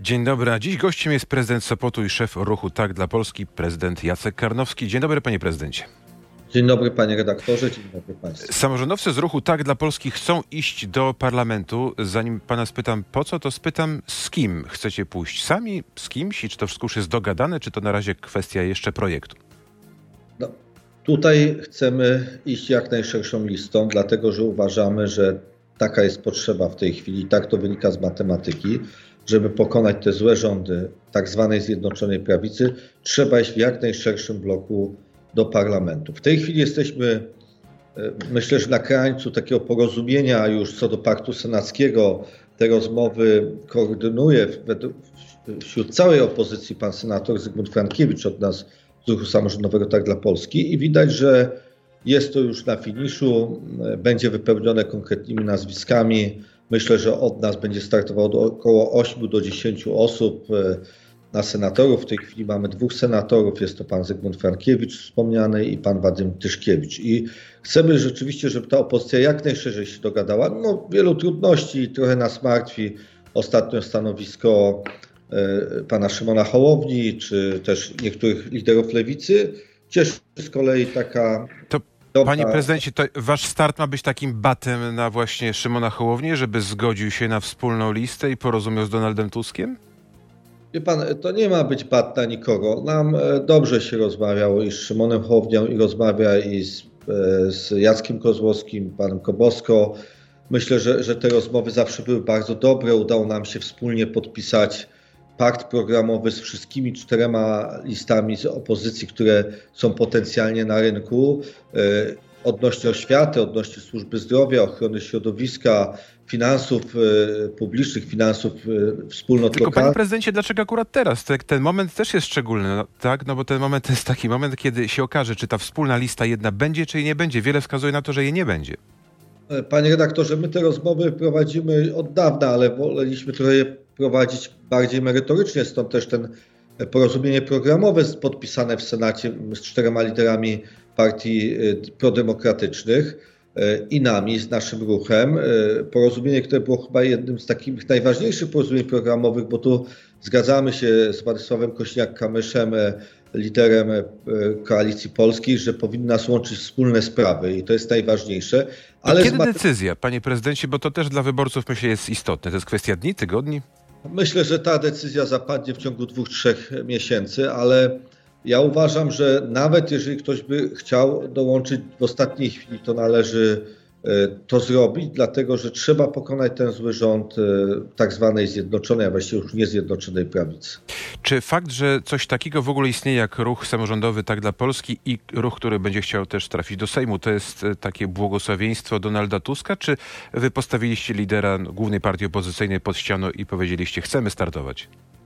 Dzień dobry, a dziś gościem jest prezydent Sopotu i szef ruchu Tak dla Polski, prezydent Jacek Karnowski. Dzień dobry, panie prezydencie. Dzień dobry, panie redaktorze, dzień dobry państwu. Samorządowcy z ruchu Tak dla Polski chcą iść do parlamentu. Zanim pana spytam po co, to spytam z kim chcecie pójść? Sami, z kimś? I czy to wszystko już jest dogadane, czy to na razie kwestia jeszcze projektu? No, tutaj chcemy iść jak najszerszą listą, dlatego że uważamy, że taka jest potrzeba w tej chwili, tak to wynika z matematyki, żeby pokonać te złe rządy tak zwanej Zjednoczonej Prawicy, trzeba iść w jak najszerszym bloku do parlamentu. W tej chwili jesteśmy, myślę, że na krańcu takiego porozumienia już co do paktu senackiego. Te rozmowy koordynuje wśród całej opozycji pan senator Zygmunt Frankiewicz od nas z ruchu samorządowego Tak dla Polski i widać, że jest to już na finiszu, będzie wypełnione konkretnymi nazwiskami. Myślę, że od nas będzie startowało około 8 do 10 osób na senatorów. W tej chwili mamy 2 senatorów. Jest to pan Zygmunt Frankiewicz wspomniany i pan Wadym Tyszkiewicz. I chcemy rzeczywiście, żeby ta opozycja jak najszerzej się dogadała. No, wielu trudności, trochę nas martwi ostatnio stanowisko pana Szymona Hołowni, czy też niektórych liderów lewicy. Cieszy z kolei taka... Panie prezydencie, to wasz start ma być takim batem na właśnie Szymona Hołownię, żeby zgodził się na wspólną listę i porozumiał z Donaldem Tuskiem? Wie pan, to nie ma być bat na nikogo. Nam dobrze się rozmawiało i z Szymonem Hołownią, i rozmawia i z Jackiem Kozłowskim, panem Kobosko. Myślę, że te rozmowy zawsze były bardzo dobre. Udało nam się wspólnie podpisać pakt programowy z wszystkimi 4 listami z opozycji, które są potencjalnie na rynku. Odnośnie oświaty, odnośnie służby zdrowia, ochrony środowiska, finansów publicznych, finansów wspólnot Tylko lokalnych. panie prezydencie, dlaczego akurat teraz? Ten moment też jest szczególny, tak? No bo ten moment to jest taki moment, kiedy się okaże, czy ta wspólna lista jedna będzie, czy jej nie będzie. Wiele wskazuje na to, że jej nie będzie. Panie redaktorze, my te rozmowy prowadzimy od dawna, ale woleliśmy trochę je prowadzić bardziej merytorycznie, stąd też ten porozumienie programowe podpisane w Senacie z 4 liderami partii prodemokratycznych i nami, z naszym ruchem. Porozumienie, które było chyba jednym z takich najważniejszych porozumień programowych, bo tu zgadzamy się z Władysławem Kosiniak-Kamyszem, liderem Koalicji Polskiej, że powinny nas łączyć wspólne sprawy i to jest najważniejsze. Ale kiedy decyzja, panie prezydencie, bo to też dla wyborców, myślę, jest istotne. To jest kwestia dni, tygodni? Myślę, że ta decyzja zapadnie w ciągu 2-3 miesięcy, ale ja uważam, że nawet jeżeli ktoś by chciał dołączyć w ostatniej chwili, to należy to zrobić, dlatego że trzeba pokonać ten zły rząd tak zwanej zjednoczonej, a właściwie już nie zjednoczonej prawicy. Czy fakt, że coś takiego w ogóle istnieje jak ruch samorządowy Tak dla Polski i ruch, który będzie chciał też trafić do Sejmu, to jest takie błogosławieństwo Donalda Tuska, czy wy postawiliście lidera głównej partii opozycyjnej pod ścianą i powiedzieliście, chcemy startować?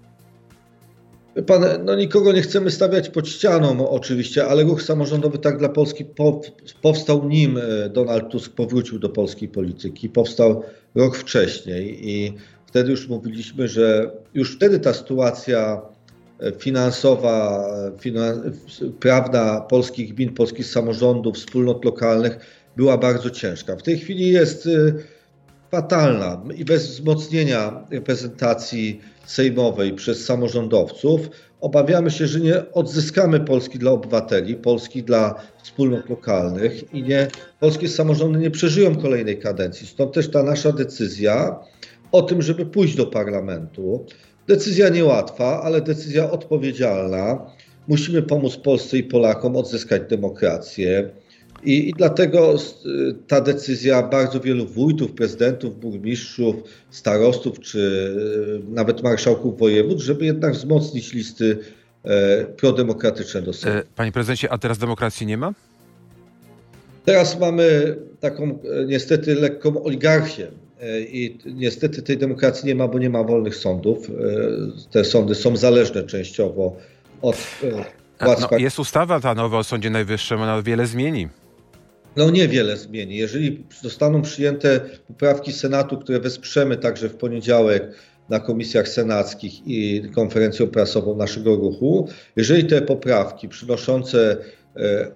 Pan, no nikogo nie chcemy stawiać pod ścianą oczywiście, ale ruch samorządowy Tak dla Polski powstał nim Donald Tusk powrócił do polskiej polityki. Powstał rok wcześniej i wtedy już mówiliśmy, że już wtedy ta sytuacja finansowa, prawna polskich gmin, polskich samorządów, wspólnot lokalnych była bardzo ciężka. W tej chwili jest fatalna i bez wzmocnienia reprezentacji sejmowej przez samorządowców obawiamy się, że nie odzyskamy Polski dla obywateli, Polski dla wspólnot lokalnych i polskie samorządy nie przeżyją kolejnej kadencji. Stąd też ta nasza decyzja o tym, żeby pójść do parlamentu. Decyzja niełatwa, ale decyzja odpowiedzialna. Musimy pomóc Polsce i Polakom odzyskać demokrację. I dlatego ta decyzja bardzo wielu wójtów, prezydentów, burmistrzów, starostów czy nawet marszałków województw, żeby jednak wzmocnić listy prodemokratyczne do Sejmu. Panie prezydencie, a teraz demokracji nie ma? Teraz mamy taką niestety lekką oligarchię i niestety tej demokracji nie ma, bo nie ma wolnych sądów. Te sądy są zależne częściowo od władz. Jest ustawa ta nowa o Sądzie Najwyższym, ona wiele zmieni. No niewiele zmieni. Jeżeli zostaną przyjęte poprawki Senatu, które wesprzemy także w poniedziałek na komisjach senackich i konferencją prasową naszego ruchu, jeżeli te poprawki przynoszące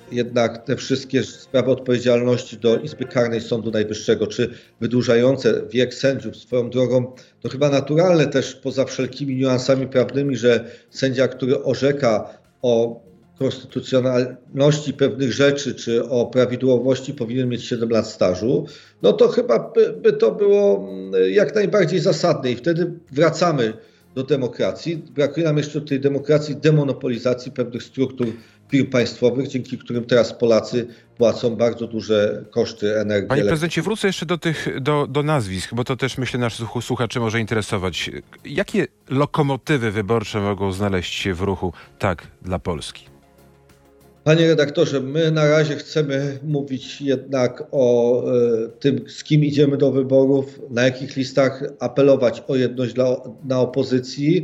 jednak te wszystkie sprawy odpowiedzialności do Izby Karnej Sądu Najwyższego, czy wydłużające wiek sędziów swoją drogą, to chyba naturalne też poza wszelkimi niuansami prawnymi, że sędzia, który orzeka o konstytucjonalności pewnych rzeczy, czy o prawidłowości powinien mieć 7 lat stażu, no to chyba by to było jak najbardziej zasadne i wtedy wracamy do demokracji. Brakuje nam jeszcze tej demokracji demonopolizacji pewnych struktur firm państwowych, dzięki którym teraz Polacy płacą bardzo duże koszty energii. Panie prezydencie, wrócę jeszcze do nazwisk, bo to też myślę naszych słuchaczy może interesować. Jakie lokomotywy wyborcze mogą znaleźć się w ruchu Tak dla Polski? Panie redaktorze, my na razie chcemy mówić jednak o tym, z kim idziemy do wyborów, na jakich listach, apelować o jedność na opozycji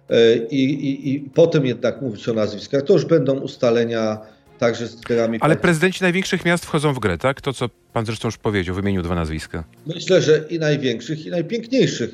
i potem jednak mówić o nazwiskach. To już będą ustalenia także z liderami. Ale prezydenci największych miast wchodzą w grę, tak? To, co pan zresztą już powiedział, wymienił 2 nazwiska. Myślę, że i największych, i najpiękniejszych.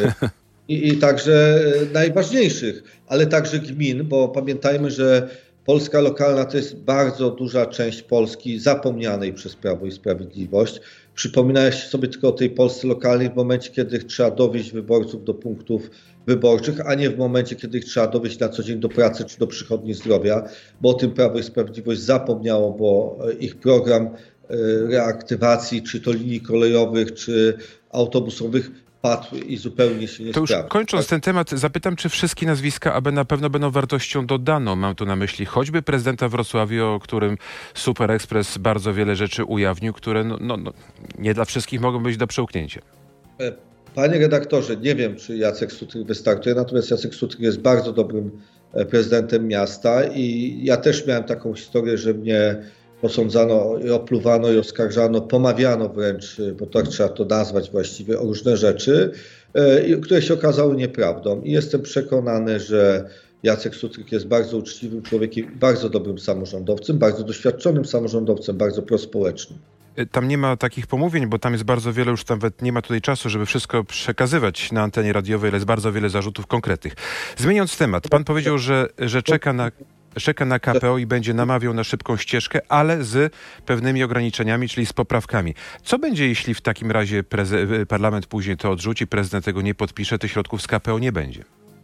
I także najważniejszych, ale także gmin, bo pamiętajmy, że Polska lokalna to jest bardzo duża część Polski zapomnianej przez Prawo i Sprawiedliwość. Przypominałem sobie tylko o tej Polsce lokalnej w momencie, kiedy trzeba dowieźć wyborców do punktów wyborczych, a nie w momencie, kiedy ich trzeba dowieźć na co dzień do pracy czy do przychodni zdrowia, bo o tym Prawo i Sprawiedliwość zapomniało, bo ich program reaktywacji, czy to linii kolejowych, czy autobusowych padł i zupełnie się nie To już sprawdzi. kończąc ten temat, zapytam, czy wszystkie nazwiska AB na pewno będą wartością dodaną. Mam tu na myśli choćby prezydenta Wrocławia, o którym Super Express bardzo wiele rzeczy ujawnił, które nie dla wszystkich mogą być do przełknięcia. Panie redaktorze, nie wiem, czy Jacek Sutryk wystartuje, natomiast Jacek Sutryk jest bardzo dobrym prezydentem miasta i ja też miałem taką historię, że mnie posądzano i opluwano i oskarżano, pomawiano wręcz, bo tak trzeba to nazwać właściwie, o różne rzeczy, które się okazały nieprawdą. I jestem przekonany, że Jacek Sutryk jest bardzo uczciwym człowiekiem, bardzo dobrym samorządowcem, bardzo doświadczonym samorządowcem, bardzo prospołecznym. Tam nie ma takich pomówień, bo tam jest bardzo wiele, już nawet nie ma tutaj czasu, żeby wszystko przekazywać na antenie radiowej, ale jest bardzo wiele zarzutów konkretnych. Zmieniając temat, pan powiedział, że czeka na KPO i będzie namawiał na szybką ścieżkę, ale z pewnymi ograniczeniami, czyli z poprawkami. Co będzie, jeśli w takim razie parlament później to odrzuci, prezydent tego nie podpisze, tych środków z KPO nie będzie?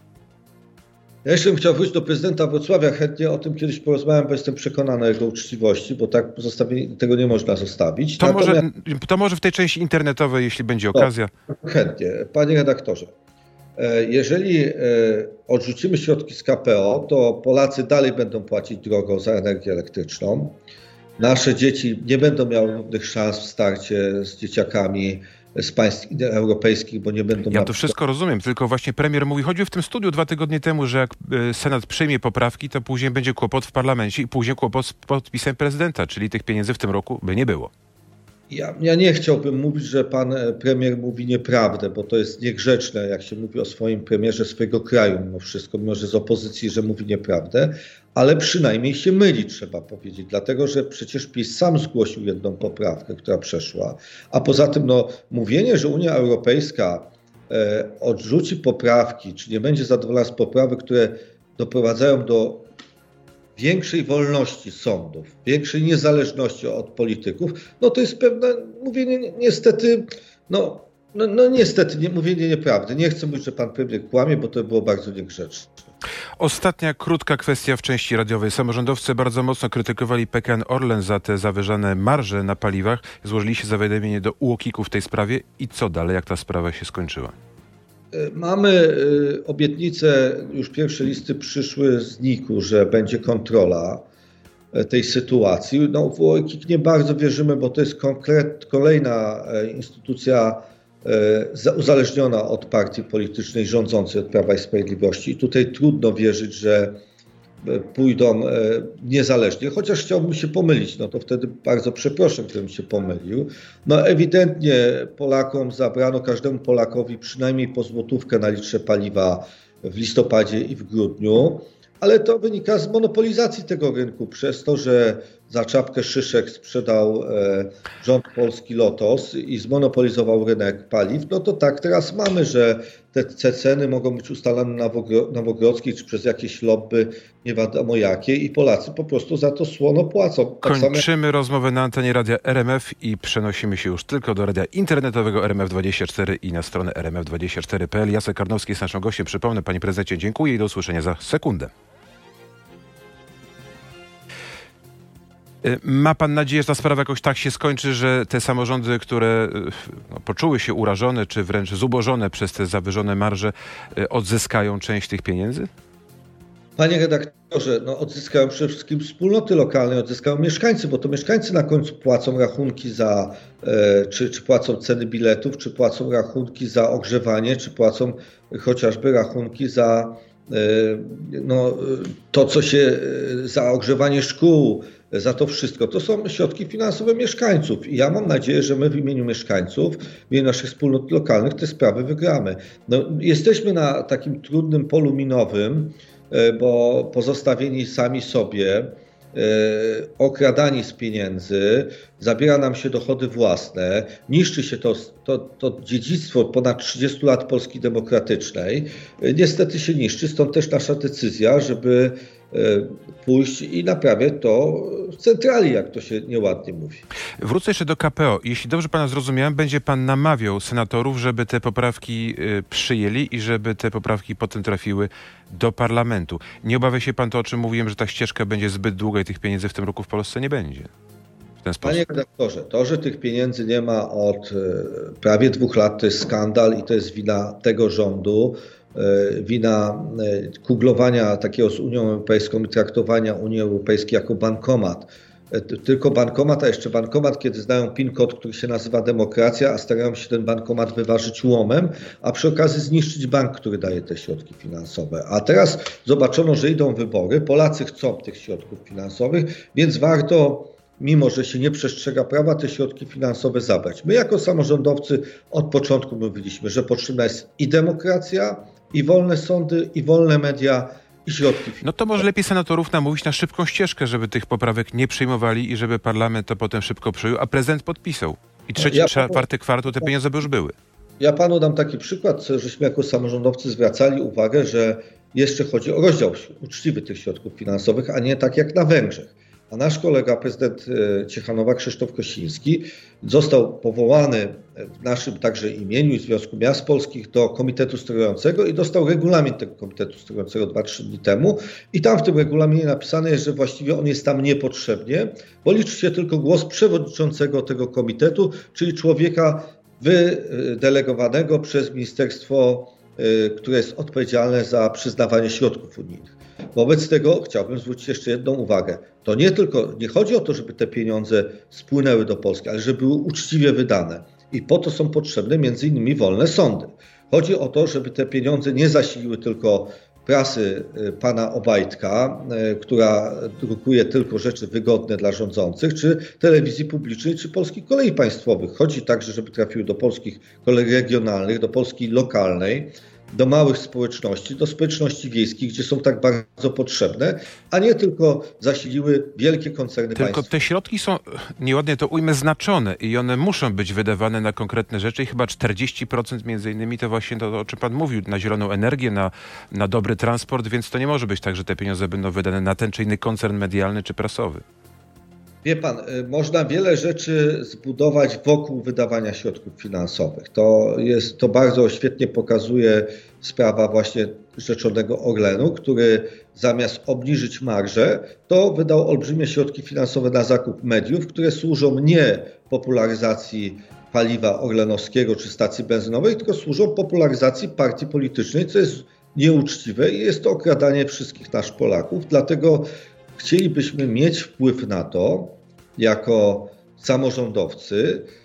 Ja jeszcze bym chciał wrócić do prezydenta Wrocławia. Chętnie o tym kiedyś porozmawiam, bo jestem przekonany o jego uczciwości, bo tak tego nie można zostawić. To może w tej części internetowej, jeśli będzie okazja. Chętnie. Panie redaktorze, jeżeli odrzucimy środki z KPO, to Polacy dalej będą płacić drogo za energię elektryczną. Nasze dzieci nie będą miały równych szans w starcie z dzieciakami z państw europejskich, bo nie będą... Ja to wszystko rozumiem, tylko właśnie premier mówi, choćby w tym studiu 2 tygodnie temu, że jak Senat przyjmie poprawki, to później będzie kłopot w parlamencie i później kłopot z podpisem prezydenta, czyli tych pieniędzy w tym roku by nie było. Ja nie chciałbym mówić, że pan premier mówi nieprawdę, bo to jest niegrzeczne, jak się mówi o swoim premierze swojego kraju mimo wszystko, mimo że z opozycji, że mówi nieprawdę, ale przynajmniej się myli, trzeba powiedzieć, dlatego że przecież PiS sam zgłosił jedną poprawkę, która przeszła, a poza tym mówienie, że Unia Europejska odrzuci poprawki, czy nie będzie zadowolona z poprawek, które doprowadzają do większej wolności sądów, większej niezależności od polityków, to jest pewne mówienie niestety, mówienie nieprawdy. Nie chcę mówić, że pan premier kłamie, bo to było bardzo niegrzeczne. Ostatnia krótka kwestia w części radiowej. Samorządowcy bardzo mocno krytykowali PKN Orlen za te zawyżane marże na paliwach. Złożyli się zawiadomienie do UOKiK-u w tej sprawie. I co dalej, jak ta sprawa się skończyła? Mamy obietnicę, już pierwsze listy przyszły z NIK-u, że będzie kontrola tej sytuacji. W UOKiK nie bardzo wierzymy, bo to jest kolejna instytucja uzależniona od partii politycznej rządzącej, od Prawa i Sprawiedliwości. I tutaj trudno wierzyć, że pójdą niezależnie, chociaż chciałbym się pomylić, to wtedy bardzo przeproszę, gdybym się pomylił. Ewidentnie Polakom zabrano, każdemu Polakowi przynajmniej po złotówkę na litrze paliwa w listopadzie i w grudniu, ale to wynika z monopolizacji tego rynku przez to, że za czapkę szyszek sprzedał rząd polski Lotos i zmonopolizował rynek paliw, no to tak teraz mamy, że te ceny mogą być ustalane na Nowogrodzkiej czy przez jakieś lobby nie wiadomo jakie i Polacy po prostu za to słono płacą. Tak Kończymy rozmowę na antenie Radia RMF i przenosimy się już tylko do radia internetowego RMF24 i na stronę rmf24.pl. Jacek Karnowski jest naszym gościem. Przypomnę, panie prezydencie, dziękuję i do usłyszenia za sekundę. Ma pan nadzieję, że ta sprawa jakoś tak się skończy, że te samorządy, które poczuły się urażone czy wręcz zubożone przez te zawyżone marże, odzyskają część tych pieniędzy? Panie redaktorze, odzyskają przede wszystkim wspólnoty lokalne, odzyskają mieszkańcy, bo to mieszkańcy na końcu płacą rachunki za, czy płacą ceny biletów, czy płacą rachunki za ogrzewanie, czy płacą chociażby rachunki za to, co się, za ogrzewanie szkół, za to wszystko. To są środki finansowe mieszkańców i ja mam nadzieję, że my w imieniu mieszkańców, w imieniu naszych wspólnot lokalnych te sprawy wygramy. Jesteśmy na takim trudnym polu minowym, bo pozostawieni sami sobie, okradani z pieniędzy, zabiera nam się dochody własne, niszczy się to dziedzictwo ponad 30 lat Polski demokratycznej. Niestety się niszczy, stąd też nasza decyzja, żeby pójść i naprawiać to w centrali, jak to się nieładnie mówi. Wrócę jeszcze do KPO. Jeśli dobrze pana zrozumiałem, będzie pan namawiał senatorów, żeby te poprawki przyjęli i żeby te poprawki potem trafiły do parlamentu. Nie obawia się pan to, o czym mówiłem, że ta ścieżka będzie zbyt długa i tych pieniędzy w tym roku w Polsce nie będzie? W ten sposób. Panie redaktorze, to, że tych pieniędzy nie ma od prawie 2 lat, to jest skandal i to jest wina tego rządu. Wina kuglowania takiego z Unią Europejską i traktowania Unii Europejskiej jako bankomat. Tylko bankomat, a jeszcze bankomat, kiedy znają PIN-kod, który się nazywa demokracja, a starają się ten bankomat wyważyć łomem, a przy okazji zniszczyć bank, który daje te środki finansowe. A teraz zobaczono, że idą wybory, Polacy chcą tych środków finansowych, więc warto, mimo że się nie przestrzega prawa, te środki finansowe zabrać. My jako samorządowcy od początku mówiliśmy, że potrzebna jest i demokracja, i wolne sądy, i wolne media, i środki finansowe. No to może lepiej senatorów namówić na szybką ścieżkę, żeby tych poprawek nie przyjmowali i żeby parlament to potem szybko przyjął, a prezydent podpisał. I trzeci, czwarty kwartał te pieniądze by już były. Ja panu dam taki przykład, żeśmy jako samorządowcy zwracali uwagę, że jeszcze chodzi o rozdział uczciwy tych środków finansowych, a nie tak jak na Węgrzech. A nasz kolega, prezydent Ciechanowa, Krzysztof Kościński, został powołany w naszym także imieniu i Związku Miast Polskich do komitetu sterującego i dostał regulamin tego komitetu sterującego 2-3 dni temu. I tam w tym regulaminie napisane jest, że właściwie on jest tam niepotrzebnie, bo liczy się tylko głos przewodniczącego tego komitetu, czyli człowieka wydelegowanego przez ministerstwo, które jest odpowiedzialne za przyznawanie środków unijnych. Wobec tego chciałbym zwrócić jeszcze jedną uwagę. To nie chodzi o to, żeby te pieniądze spłynęły do Polski, ale żeby były uczciwie wydane. I po to są potrzebne m.in. wolne sądy. Chodzi o to, żeby te pieniądze nie zasiliły tylko prasy pana Obajtka, która drukuje tylko rzeczy wygodne dla rządzących, czy telewizji publicznej, czy Polskich Kolei Państwowych. Chodzi także, żeby trafiły do polskich kolei regionalnych, do Polski lokalnej, do małych społeczności, do społeczności wiejskich, gdzie są tak bardzo potrzebne, a nie tylko zasiliły wielkie koncerny państwowe. Tylko te środki są, nieładnie to ujmę, znaczone i one muszą być wydawane na konkretne rzeczy i chyba 40% między innymi to właśnie to, o czym pan mówił, na zieloną energię, na dobry transport, więc to nie może być tak, że te pieniądze będą wydane na ten czy inny koncern medialny czy prasowy. Wie pan, można wiele rzeczy zbudować wokół wydawania środków finansowych. To bardzo świetnie pokazuje sprawa właśnie rzeczonego Orlenu, który zamiast obniżyć marżę, to wydał olbrzymie środki finansowe na zakup mediów, które służą nie popularyzacji paliwa orlenowskiego czy stacji benzynowej, tylko służą popularyzacji partii politycznej, co jest nieuczciwe i jest to okradanie wszystkich nas Polaków. Dlatego chcielibyśmy mieć wpływ na to, jako samorządowcy,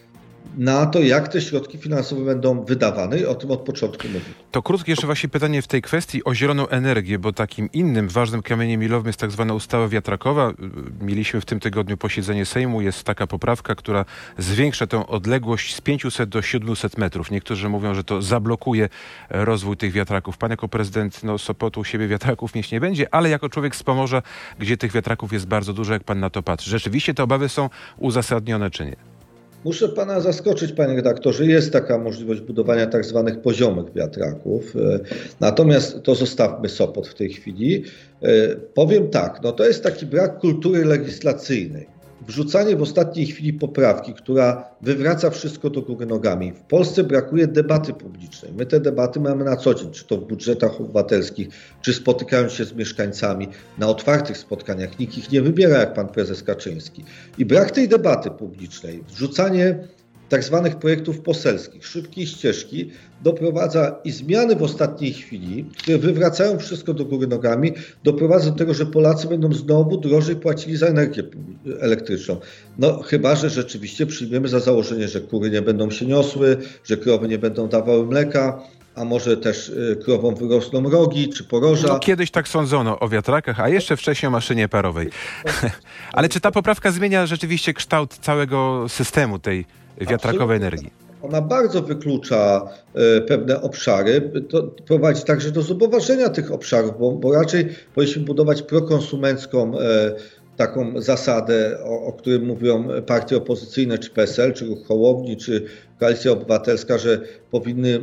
na to, jak te środki finansowe będą wydawane i o tym od początku mówię. To krótkie jeszcze właśnie pytanie w tej kwestii o zieloną energię, bo takim innym ważnym kamieniem milowym jest tak zwana ustawa wiatrakowa. Mieliśmy w tym tygodniu posiedzenie Sejmu. Jest taka poprawka, która zwiększa tę odległość z 500 do 700 metrów. Niektórzy mówią, że to zablokuje rozwój tych wiatraków. Pan jako prezydent Sopotu u siebie wiatraków mieć nie będzie, ale jako człowiek z Pomorza, gdzie tych wiatraków jest bardzo dużo, jak pan na to patrzy. Rzeczywiście te obawy są uzasadnione czy nie? Muszę pana zaskoczyć, panie redaktorze, jest taka możliwość budowania tak zwanych poziomych wiatraków, natomiast to zostawmy Sopot w tej chwili. Powiem tak, to jest taki brak kultury legislacyjnej. Wrzucanie w ostatniej chwili poprawki, która wywraca wszystko do góry nogami. W Polsce brakuje debaty publicznej. My te debaty mamy na co dzień, czy to w budżetach obywatelskich, czy spotykając się z mieszkańcami na otwartych spotkaniach. Nikt ich nie wybiera, jak pan prezes Kaczyński. I brak tej debaty publicznej, wrzucanie tak zwanych projektów poselskich, szybkiej ścieżki doprowadza i zmiany w ostatniej chwili, które wywracają wszystko do góry nogami, doprowadza do tego, że Polacy będą znowu drożej płacili za energię elektryczną. Chyba że rzeczywiście przyjmiemy za założenie, że kury nie będą się niosły, że krowy nie będą dawały mleka, a może też krowom wyrosną rogi czy poroża. Kiedyś tak sądzono o wiatrakach, a jeszcze wcześniej o maszynie parowej. Ale czy ta poprawka zmienia rzeczywiście kształt całego systemu tej wiatrakowej energii? Ona bardzo wyklucza pewne obszary, to prowadzi także do zuboważenia tych obszarów, bo raczej powinniśmy budować prokonsumencką taką zasadę, o którym mówią partie opozycyjne, czy PSL, czy Ruch Hołowni, czy Koalicja Obywatelska, że powinny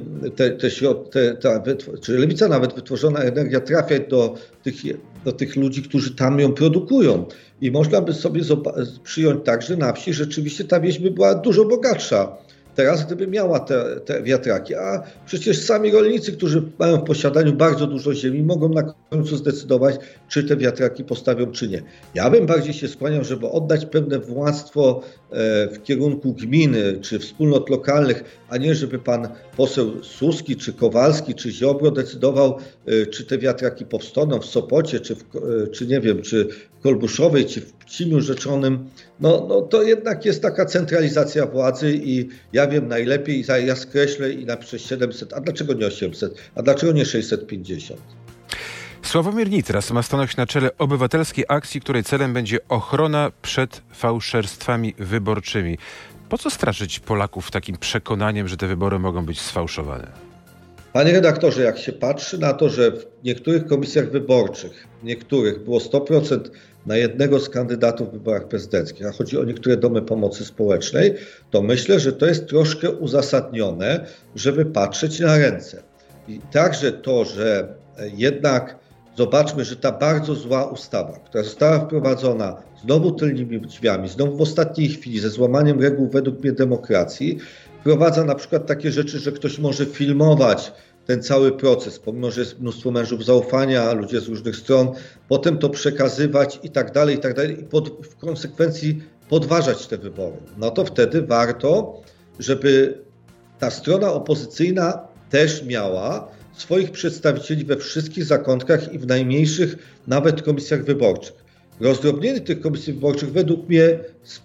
czy Lewica nawet wytworzona energia trafiać do tych ludzi, którzy tam ją produkują. I można by sobie przyjąć tak, że na wsi rzeczywiście ta wieś by była dużo bogatsza. Teraz, gdyby miała te wiatraki, a przecież sami rolnicy, którzy mają w posiadaniu bardzo dużo ziemi, mogą na końcu zdecydować, czy te wiatraki postawią, czy nie. Ja bym bardziej się skłaniał, żeby oddać pewne władztwo w kierunku gminy, czy wspólnot lokalnych, a nie żeby pan poseł Suski, czy Kowalski, czy Ziobro decydował, czy te wiatraki powstaną w Sopocie, czy nie wiem, czy w Kolbuszowej, czy w Pcimiu Rzeczonym. To jednak jest taka centralizacja władzy i ja wiem najlepiej, ja skreślę i napiszę 700, a dlaczego nie 800, a dlaczego nie 650? Sławomir Nitras ma stanąć na czele obywatelskiej akcji, której celem będzie ochrona przed fałszerstwami wyborczymi. Po co straszyć Polaków takim przekonaniem, że te wybory mogą być sfałszowane? Panie redaktorze, jak się patrzy na to, że w niektórych komisjach wyborczych, było 100% na jednego z kandydatów w wyborach prezydenckich, a chodzi o niektóre domy pomocy społecznej, to myślę, że to jest troszkę uzasadnione, żeby patrzeć na ręce. I także to, że jednak zobaczmy, że ta bardzo zła ustawa, która została wprowadzona znowu tylnymi drzwiami, znowu w ostatniej chwili, ze złamaniem reguł według mnie demokracji, wprowadza na przykład takie rzeczy, że ktoś może filmować ten cały proces, pomimo że jest mnóstwo mężów zaufania, ludzie z różnych stron, potem to przekazywać i tak dalej, i w konsekwencji podważać te wybory. To wtedy warto, żeby ta strona opozycyjna też miała swoich przedstawicieli we wszystkich zakątkach i w najmniejszych nawet komisjach wyborczych. Rozdrobnienie tych komisji wyborczych według mnie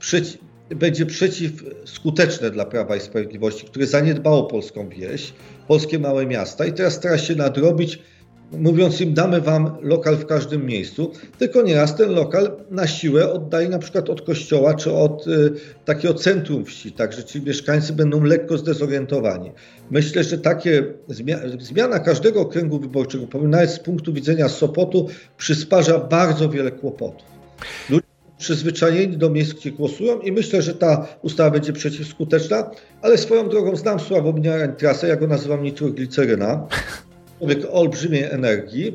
będzie przeciwskuteczne dla Prawa i Sprawiedliwości, które zaniedbało polską wieś, polskie małe miasta i teraz stara się nadrobić, mówiąc im, damy wam lokal w każdym miejscu, tylko nieraz ten lokal na siłę oddaje na przykład od kościoła czy od takiego centrum wsi, także ci mieszkańcy będą lekko zdezorientowani. Myślę, że zmiana każdego okręgu wyborczego, nawet z punktu widzenia Sopotu, przysparza bardzo wiele kłopotów. Ludzie przyzwyczajeni do miejsc, gdzie głosują i myślę, że ta ustawa będzie przeciwskuteczna, ale swoją drogą znam Sławomira Nitrasa, ja go nazywam nitrogliceryna. Człowiek o olbrzymiej energii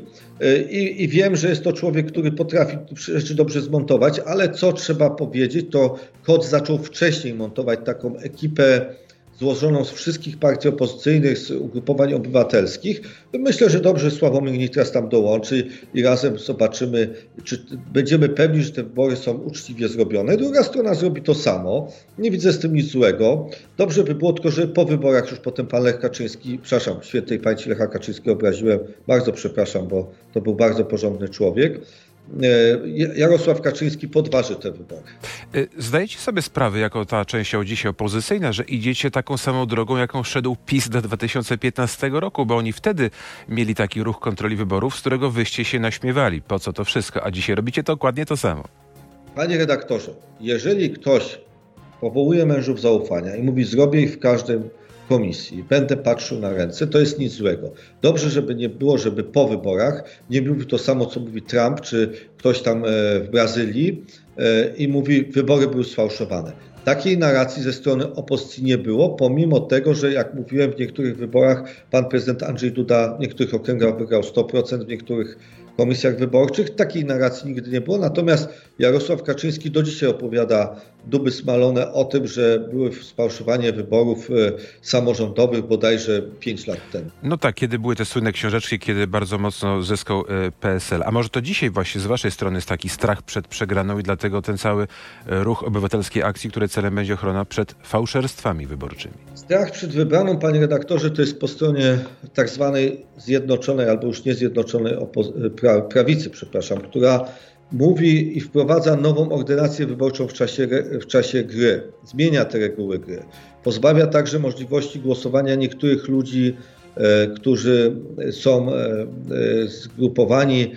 i wiem, że jest to człowiek, który potrafi rzeczy dobrze zmontować, ale co trzeba powiedzieć, to KOD zaczął wcześniej montować taką ekipę złożoną z wszystkich partii opozycyjnych, z ugrupowań obywatelskich. Myślę, że dobrze Sławomir Nitras tam dołączy i razem zobaczymy, czy będziemy pewni, że te wybory są uczciwie zrobione. Druga strona zrobi to samo. Nie widzę z tym nic złego. Dobrze by było tylko, że po wyborach już potem pan Lech Kaczyński, przepraszam, świętej pamięci Lecha Kaczyńskiego obraziłem, bardzo przepraszam, bo to był bardzo porządny człowiek. Jarosław Kaczyński podważy te wybory. Zdajecie sobie sprawę, jako ta część dzisiaj opozycyjna, że idziecie taką samą drogą, jaką szedł PiS do 2015 roku, bo oni wtedy mieli taki ruch kontroli wyborów, z którego wyście się naśmiewali. Po co to wszystko? A dzisiaj robicie dokładnie to samo. Panie redaktorze, jeżeli ktoś powołuje mężów zaufania i mówi, zrobię ich w każdym komisji, będę patrzył na ręce, to jest nic złego. Dobrze, żeby nie było, żeby po wyborach nie mówił to samo, co mówi Trump, czy ktoś tam w Brazylii i mówi, wybory były sfałszowane. Takiej narracji ze strony opozycji nie było, pomimo tego, że jak mówiłem, w niektórych wyborach pan prezydent Andrzej Duda w niektórych okręgach wygrał 100%, w niektórych komisjach wyborczych. Takiej narracji nigdy nie było. Natomiast Jarosław Kaczyński do dzisiaj opowiada duby smalone o tym, że były sfałszowanie wyborów samorządowych bodajże 5 lat temu. No tak, kiedy były te słynne książeczki, kiedy bardzo mocno zyskał PSL. A może to dzisiaj właśnie z waszej strony jest taki strach przed przegraną i dlatego ten cały ruch obywatelskiej akcji, który celem będzie ochrona przed fałszerstwami wyborczymi? Strach przed wybraną, panie redaktorze, to jest po stronie tak zwanej zjednoczonej albo już niezjednoczonej prawicy, która mówi i wprowadza nową ordynację wyborczą w czasie gry. Zmienia te reguły gry. Pozbawia także możliwości głosowania niektórych ludzi, którzy są zgrupowani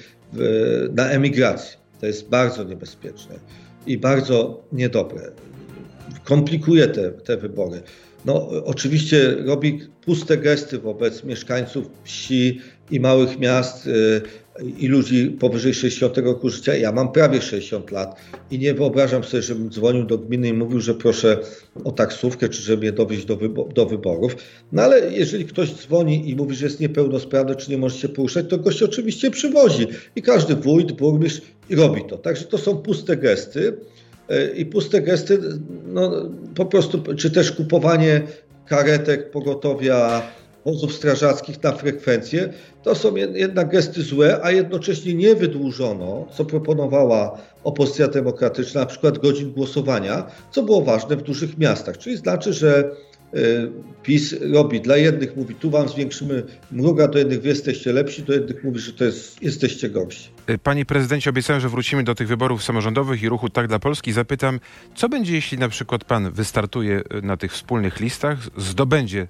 na emigracji. To jest bardzo niebezpieczne i bardzo niedobre. Komplikuje te wybory. No, oczywiście robi puste gesty wobec mieszkańców wsi i małych miast i ludzi powyżej 60 roku życia. Ja mam prawie 60 lat i nie wyobrażam sobie, żebym dzwonił do gminy i mówił, że proszę o taksówkę, czy żeby mnie dowieźć do wyborów. No ale jeżeli ktoś dzwoni i mówi, że jest niepełnosprawny, czy nie może się poruszać, to gość oczywiście przywozi. I każdy wójt, burmistrz robi to. Także to są puste gesty. I puste gesty, no po prostu, czy też kupowanie karetek, pogotowia, wozów strażackich na frekwencję, to są jednak gesty złe, a jednocześnie nie wydłużono, co proponowała opozycja demokratyczna, na przykład godzin głosowania, co było ważne w dużych miastach. Czyli znaczy, że PiS robi dla jednych, mówi tu wam zwiększymy mruga, do jednych wy jesteście lepsi, do jednych mówi, że jesteście gorsi. Panie prezydencie, obiecałem, że wrócimy do tych wyborów samorządowych i ruchu Tak dla Polski. Zapytam, co będzie, jeśli na przykład pan wystartuje na tych wspólnych listach, zdobędzie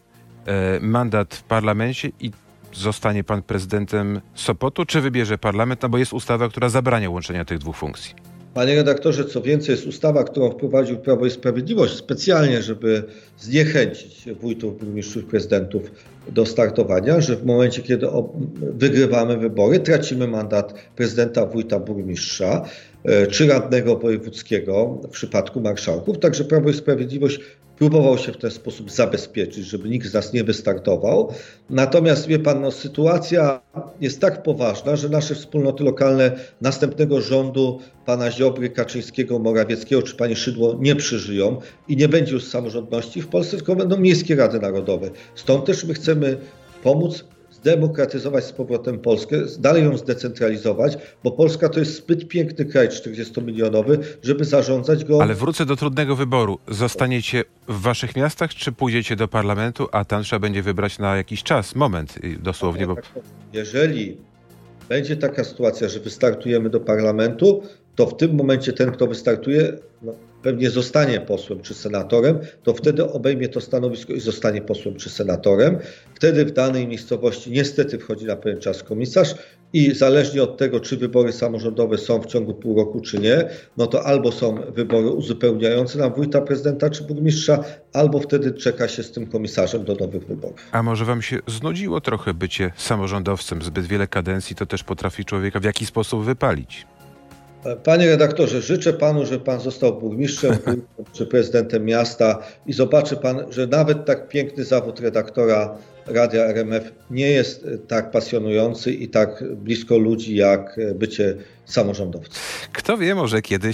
mandat w parlamencie i zostanie pan prezydentem Sopotu, czy wybierze parlament, no bo jest ustawa, która zabrania łączenia tych dwóch funkcji? Panie redaktorze, co więcej, jest ustawa, którą wprowadził Prawo i Sprawiedliwość specjalnie, żeby zniechęcić wójtów, burmistrzów, prezydentów do startowania, że w momencie, kiedy wygrywamy wybory, tracimy mandat prezydenta, wójta, burmistrza czy radnego wojewódzkiego w przypadku marszałków. Także Prawo i Sprawiedliwość próbował się w ten sposób zabezpieczyć, żeby nikt z nas nie wystartował. Natomiast wie pan, no, sytuacja jest tak poważna, że nasze wspólnoty lokalne następnego rządu pana Ziobry, Kaczyńskiego, Morawieckiego czy pani Szydło nie przeżyją i nie będzie już samorządności w Polsce, tylko będą miejskie rady narodowe. Stąd też my chcemy pomóc zdemokratyzować z powrotem Polskę, dalej ją zdecentralizować, bo Polska to jest zbyt piękny kraj 40-milionowy, żeby zarządzać go. Ale wrócę do trudnego wyboru. Zostaniecie w waszych miastach, czy pójdziecie do parlamentu, a tam trzeba będzie wybrać na jakiś czas, moment dosłownie. Bo... Jeżeli będzie taka sytuacja, że wystartujemy do parlamentu, to w tym momencie ten, kto wystartuje, pewnie zostanie posłem czy senatorem, to wtedy obejmie to stanowisko i zostanie posłem czy senatorem. Wtedy w danej miejscowości niestety wchodzi na pewien czas komisarz i zależnie od tego, czy wybory samorządowe są w ciągu pół roku, czy nie, no to albo są wybory uzupełniające na wójta, prezydenta czy burmistrza, albo wtedy czeka się z tym komisarzem do nowych wyborów. A może wam się znudziło trochę bycie samorządowcem? Zbyt wiele kadencji to też potrafi człowieka w jakiś sposób wypalić. Panie redaktorze, życzę panu, żeby pan został burmistrzem czy prezydentem miasta i zobaczy pan, że nawet tak piękny zawód redaktora Radia RMF nie jest tak pasjonujący i tak blisko ludzi jak bycie samorządowcem. Kto wie, może kiedyś.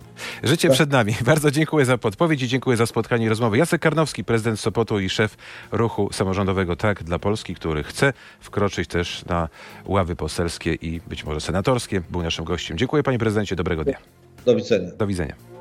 Życie przed nami. Bardzo dziękuję za podpowiedź i dziękuję za spotkanie i rozmowę. Jacek Karnowski, prezydent Sopotu i szef ruchu samorządowego Tak dla Polski, który chce wkroczyć też na ławy poselskie i być może senatorskie, był naszym gościem. Dziękuję panie prezydencie, dobrego dnia. Do widzenia. Do widzenia.